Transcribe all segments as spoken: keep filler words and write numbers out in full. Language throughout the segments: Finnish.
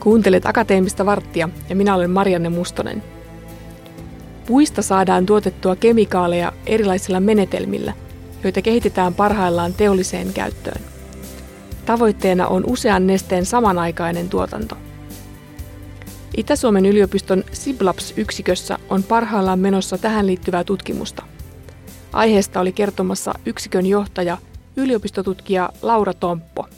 Kuuntelet Akateemista varttia ja minä olen Marianne Mustonen. Puista saadaan tuotettua kemikaaleja erilaisilla menetelmillä, joita kehitetään parhaillaan teolliseen käyttöön. Tavoitteena on usean nesteen samanaikainen tuotanto. Itä-Suomen yliopiston SIBLABS-yksikössä on parhaillaan menossa tähän liittyvää tutkimusta. Aiheesta oli kertomassa yksikön johtaja, yliopistotutkija Laura Tomppo.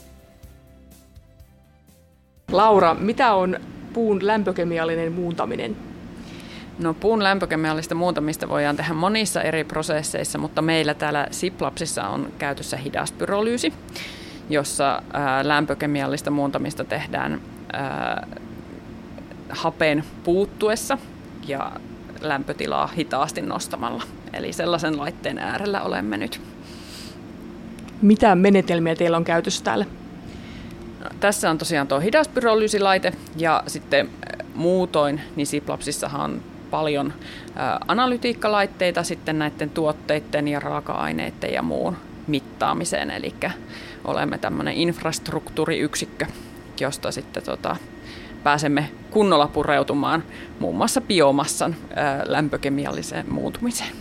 Laura, mitä on puun lämpökemiallinen muuntaminen? No, puun lämpökemiallista muuntamista voidaan tehdä monissa eri prosesseissa, mutta meillä täällä SIBLABSissa on käytössä hidas pyrolyysi, jossa ää, lämpökemiallista muuntamista tehdään ää, hapen puuttuessa ja lämpötilaa hitaasti nostamalla. Eli sellaisen laitteen äärellä olemme nyt. Mitä menetelmiä teillä on käytössä täällä? No, tässä on tosiaan tuo hidas pyrolyysilaite ja sitten muutoin niin SIBLABSissahan on paljon ä, analytiikkalaitteita sitten näiden tuotteiden ja raaka-aineiden ja muun mittaamiseen. Eli olemme tämmöinen infrastruktuuriyksikkö, josta sitten tota, pääsemme kunnolla pureutumaan muun muassa biomassan ä, lämpökemialliseen muuntumiseen.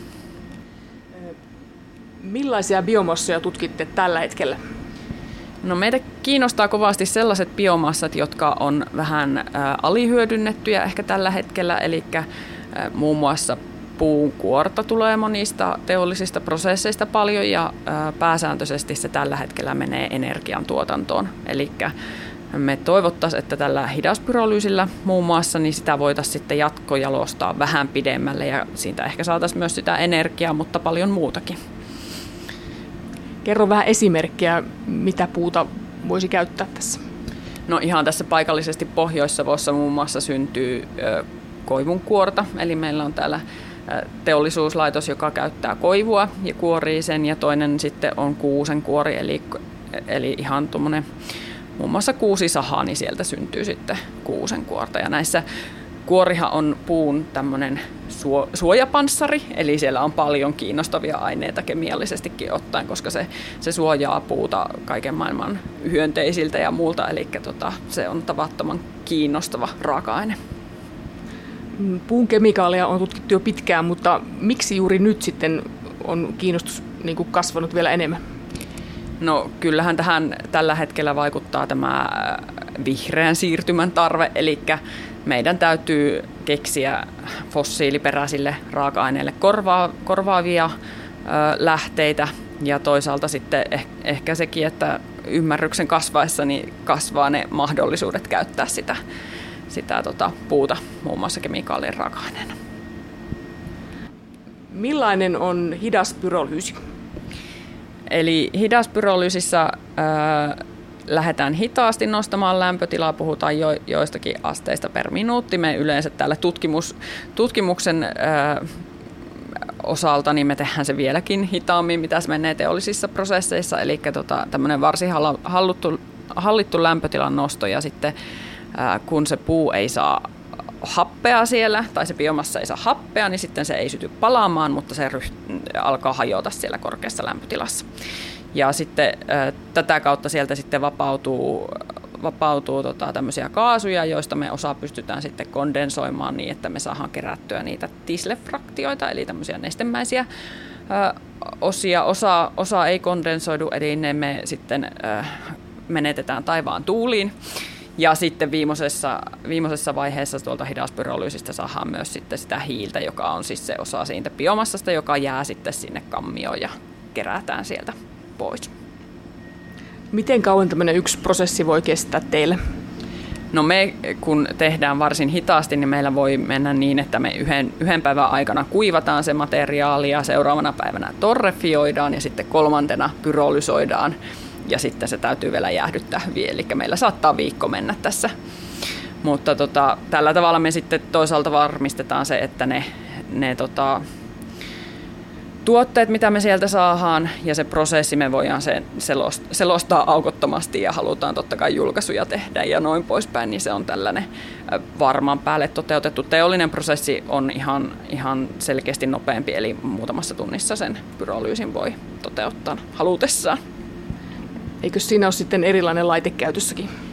Millaisia biomassoja tutkitte tällä hetkellä? No, meitä kiinnostaa kovasti sellaiset biomassat, jotka on vähän ä, alihyödynnettyjä ehkä tällä hetkellä, eli ä, muun muassa puun kuorta tulee monista teollisista prosesseista paljon ja ä, pääsääntöisesti se tällä hetkellä menee energiantuotantoon. Eli me toivottaisiin, että tällä hidaspyrolyysillä muun muassa niin sitä voitaisiin sitten jatkojalostaa vähän pidemmälle ja siitä ehkä saataisiin myös sitä energiaa, mutta paljon muutakin. Kerro vähän esimerkkiä, mitä puuta voisi käyttää tässä. No, ihan tässä paikallisesti Pohjois-Savossa muun muassa syntyy ö, koivunkuorta, eli meillä on täällä ö, teollisuuslaitos, joka käyttää koivua ja kuorii sen, ja toinen sitten on kuusenkuori, eli, eli ihan tuommoinen muun muassa kuusisaha, niin sieltä syntyy sitten kuusenkuorta. Ja näissä kuorihan on puun tämmöinen suojapanssari, eli siellä on paljon kiinnostavia aineita kemiallisestikin ottaen, koska se, se suojaa puuta kaiken maailman hyönteisiltä ja muulta, eli tota, se on tavattoman kiinnostava raaka-aine. Puun kemikaaleja on tutkittu jo pitkään, mutta miksi juuri nyt sitten on kiinnostus niin kuin kasvanut vielä enemmän? No, kyllähän tähän tällä hetkellä vaikuttaa tämä vihreän siirtymän tarve, eli meidän täytyy keksiä fossiiliperäisille raaka-aineille korvaa, korvaavia ö, lähteitä ja toisaalta sitten eh, ehkä sekin, että ymmärryksen kasvaessa niin kasvaa ne mahdollisuudet käyttää sitä, sitä tota, puuta muun muassa kemikaalien raaka-aineena. Millainen on hidas pyrolyysi? Eli hidas pyrolyysissä ö, lähdetään hitaasti nostamaan lämpötilaa, puhutaan jo, joistakin asteista per minuutti. Me yleensä täällä tutkimus, tutkimuksen ö, osalta niin me tehdään se vieläkin hitaammin, mitä se menee teollisissa prosesseissa. Eli tota, tämmöinen varsin hallittu, hallittu lämpötilan nosto ja sitten ö, kun se puu ei saa happea siellä, tai se biomassa ei saa happea, niin sitten se ei syty palaamaan, mutta se ryht, alkaa hajota siellä korkeassa lämpötilassa. Ja sitten äh, tätä kautta sieltä sitten vapautuu, vapautuu tota, tämmöisiä kaasuja, joista me osa pystytään sitten kondensoimaan niin, että me saadaan kerättyä niitä tislefraktioita, eli tämmöisiä nestemäisiä äh, osia. Osa, osa ei kondensoidu, eli ne me sitten äh, menetetään taivaan tuuliin. Ja sitten viimeisessä, viimeisessä vaiheessa tuolta hidaspyrolyysistä saadaan myös sitten sitä hiiltä, joka on siis se osa siitä biomassasta, joka jää sitten sinne kammioon ja kerätään sieltä pois. Miten kauan tämmöinen yksi prosessi voi kestää teille? No, me kun tehdään varsin hitaasti, niin meillä voi mennä niin, että me yhden, yhden päivän aikana kuivataan se materiaali ja seuraavana päivänä torrefioidaan ja sitten kolmantena pyrolysoidaan. Ja sitten se täytyy vielä jäähdyttää hyvin, eli meillä saattaa viikko mennä tässä. Mutta tota, tällä tavalla me sitten toisaalta varmistetaan se, että ne, ne tota, tuotteet, mitä me sieltä saadaan, ja se prosessi me voidaan sen selostaa aukottomasti ja halutaan totta kai julkaisuja tehdä ja noin poispäin, niin se on tällainen varmaan päälle toteutettu. Teollinen prosessi on ihan, ihan selkeästi nopeampi, eli muutamassa tunnissa sen pyrolyysin voi toteuttaa halutessaan. Eikö siinä ole sitten erilainen laite käytössäkin?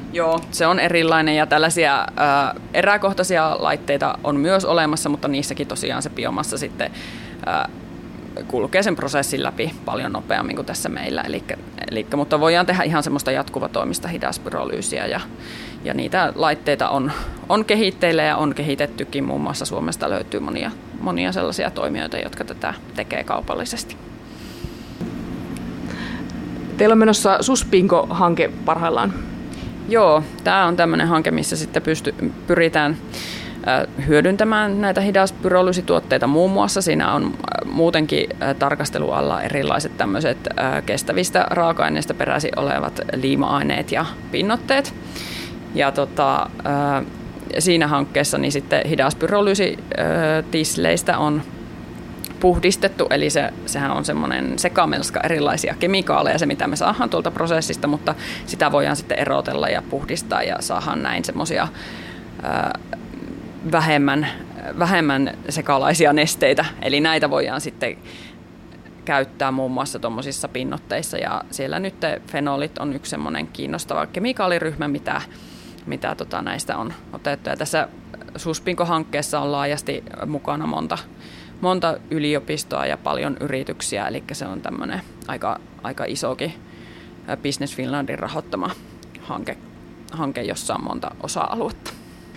Joo, se on erilainen ja tällaisia ää, eräkohtaisia laitteita on myös olemassa, mutta niissäkin tosiaan se biomassa sitten ää, kulkee sen prosessin läpi paljon nopeammin kuin tässä meillä. Elikkä, elikkä, mutta voidaan tehdä ihan semmoista jatkuvatoimista hidaspyrolyysiä ja, ja niitä laitteita on, on kehitteillä ja on kehitettykin. Muun muassa Suomesta löytyy monia, monia sellaisia toimijoita, jotka tätä tekee kaupallisesti. Teillä on menossa SUSPINKO-hanke parhaillaan. Joo, tämä on tämmöinen hanke, missä sitten pysty, pyritään hyödyntämään näitä hidaspyrolyysituotteita muun muassa. Siinä on muutenkin tarkastelualla erilaiset tämmöiset kestävistä raaka-aineista peräisin olevat liima-aineet ja pinnotteet. Ja tota, siinä hankkeessa niin sitten hidaspyrolyysitisleistä on puhdistettu, eli se, sehän on semmoinen sekamelska erilaisia kemikaaleja, se mitä me saadaan tuolta prosessista, mutta sitä voidaan sitten erotella ja puhdistaa ja saadaan näin semmoisia vähemmän, vähemmän sekalaisia nesteitä, eli näitä voidaan sitten käyttää muun muassa tuommoisissa pinnotteissa, ja siellä nyt fenolit on yksi semmoinen kiinnostava kemikaaliryhmä, mitä, mitä tota näistä on otettu, ja tässä SUSPINKO-hankkeessa on laajasti mukana monta monta yliopistoa ja paljon yrityksiä, eli se on tämmöinen aika, aika isokin Business Finlandin rahoittama hanke, hanke, jossa on monta osa-aluetta.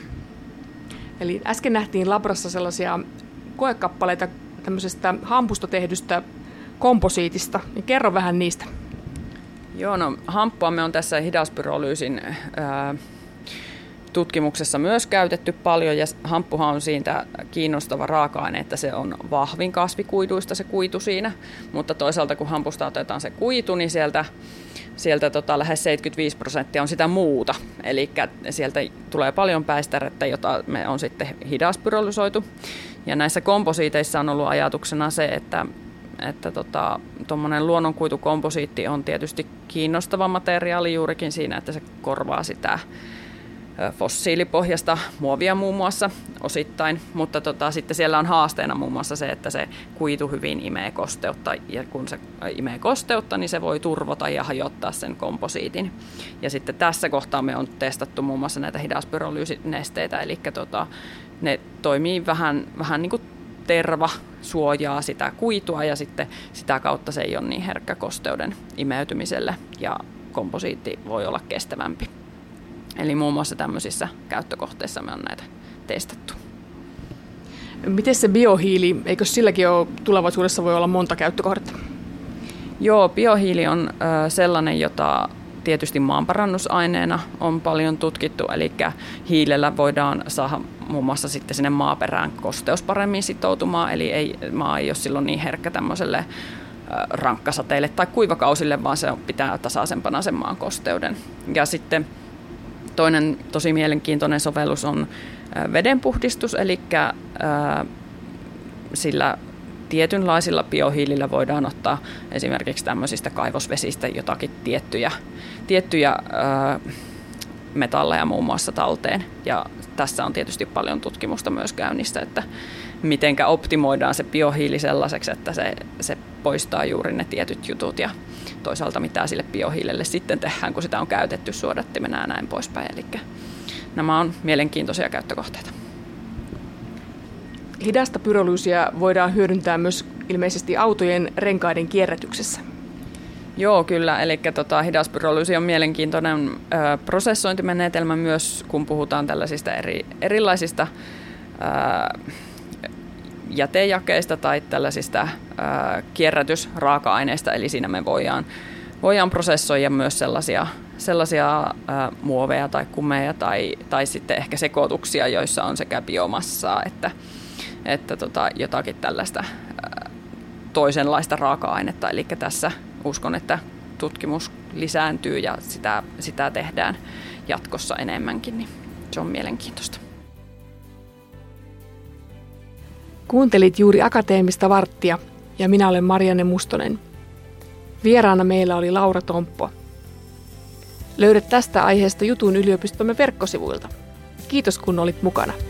Eli äsken nähtiin labrassa sellaisia koekappaleita tämmöisestä hampusta tehdystä komposiitista, niin kerro vähän niistä. Joo, no hamppua me on tässä hidaspyrolyysin ää, tutkimuksessa myös käytetty paljon, ja hamppuhan on siitä kiinnostava raaka-aine, että se on vahvin kasvikuiduista se kuitu siinä, mutta toisaalta kun hampusta otetaan se kuitu, niin sieltä, sieltä tota, lähes seitsemänkymmentäviisi prosenttia on sitä muuta, eli sieltä tulee paljon päistärettä, jota me on sitten hidaspyrolysoitu, ja näissä komposiiteissa on ollut ajatuksena se, että että tota, tuommoinen luonnonkuitukomposiitti on tietysti kiinnostava materiaali juurikin siinä, että se korvaa sitä fossiilipohjasta muovia muun muassa osittain, mutta tota, sitten siellä on haasteena muun muassa se, että se kuitu hyvin imee kosteutta, ja kun se imee kosteutta, niin se voi turvota ja hajottaa sen komposiitin. Ja sitten tässä kohtaa me on testattu muun muassa näitä hidaspyrolyysinesteitä, eli tota, ne toimii vähän, vähän niin kuin terva, suojaa sitä kuitua, ja sitten sitä kautta se ei ole niin herkkä kosteuden imeytymiselle, ja komposiitti voi olla kestävämpi. Eli muun muassa tämmöisissä käyttökohteissa me on näitä testattu. Miten se biohiili, eikö silläkin ole tulevaisuudessa voi olla monta käyttökohdetta? Joo, biohiili on ö, sellainen, jota tietysti maanparannusaineena on paljon tutkittu, eli hiilellä voidaan saada muun muassa sitten sinne maaperään kosteus paremmin sitoutumaan, eli ei, maa ei ole silloin niin herkkä tämmöiselle rankkasateille tai kuivakausille, vaan se pitää tasaisempana sen maan kosteuden. Ja sitten toinen tosi mielenkiintoinen sovellus on vedenpuhdistus, eli sillä tietynlaisilla biohiilillä voidaan ottaa esimerkiksi tämmöisistä kaivosvesistä jotakin tiettyjä, tiettyjä metalleja muun muassa talteen. Ja tässä on tietysti paljon tutkimusta myös käynnissä, että mitenkä optimoidaan se biohiili sellaiseksi, että se, se poistaa juuri ne tietyt jutut ja toisaalta mitä sille biohiilelle sitten tehdään, kun sitä on käytetty suodattimena ja näin poispäin. Eli nämä on mielenkiintoisia käyttökohteita. Hidasta pyrolyysiä voidaan hyödyntää myös ilmeisesti autojen renkaiden kierrätyksessä. Joo, kyllä. Eli tota, hidaspyrolyysi on mielenkiintoinen ö, prosessointimenetelmä myös, kun puhutaan tällaisista eri, erilaisista ö, jätejakeista tai tällaisista ö, kierrätysraaka-aineista. Eli siinä me voidaan, voidaan prosessoida myös sellaisia, sellaisia ö, muoveja tai kumeja tai, tai sitten ehkä sekoituksia, joissa on sekä biomassaa että, että tota, jotakin tällaista ö, toisenlaista raaka-ainetta. Eli tässä uskon, että tutkimus lisääntyy ja sitä, sitä tehdään jatkossa enemmänkin, niin se on mielenkiintoista. Kuuntelit juuri Akateemista varttia ja minä olen Marianne Mustonen. Vieraana meillä oli Laura Tomppo. Löydät tästä aiheesta jutun yliopistomme verkkosivuilta. Kiitos kun olit mukana.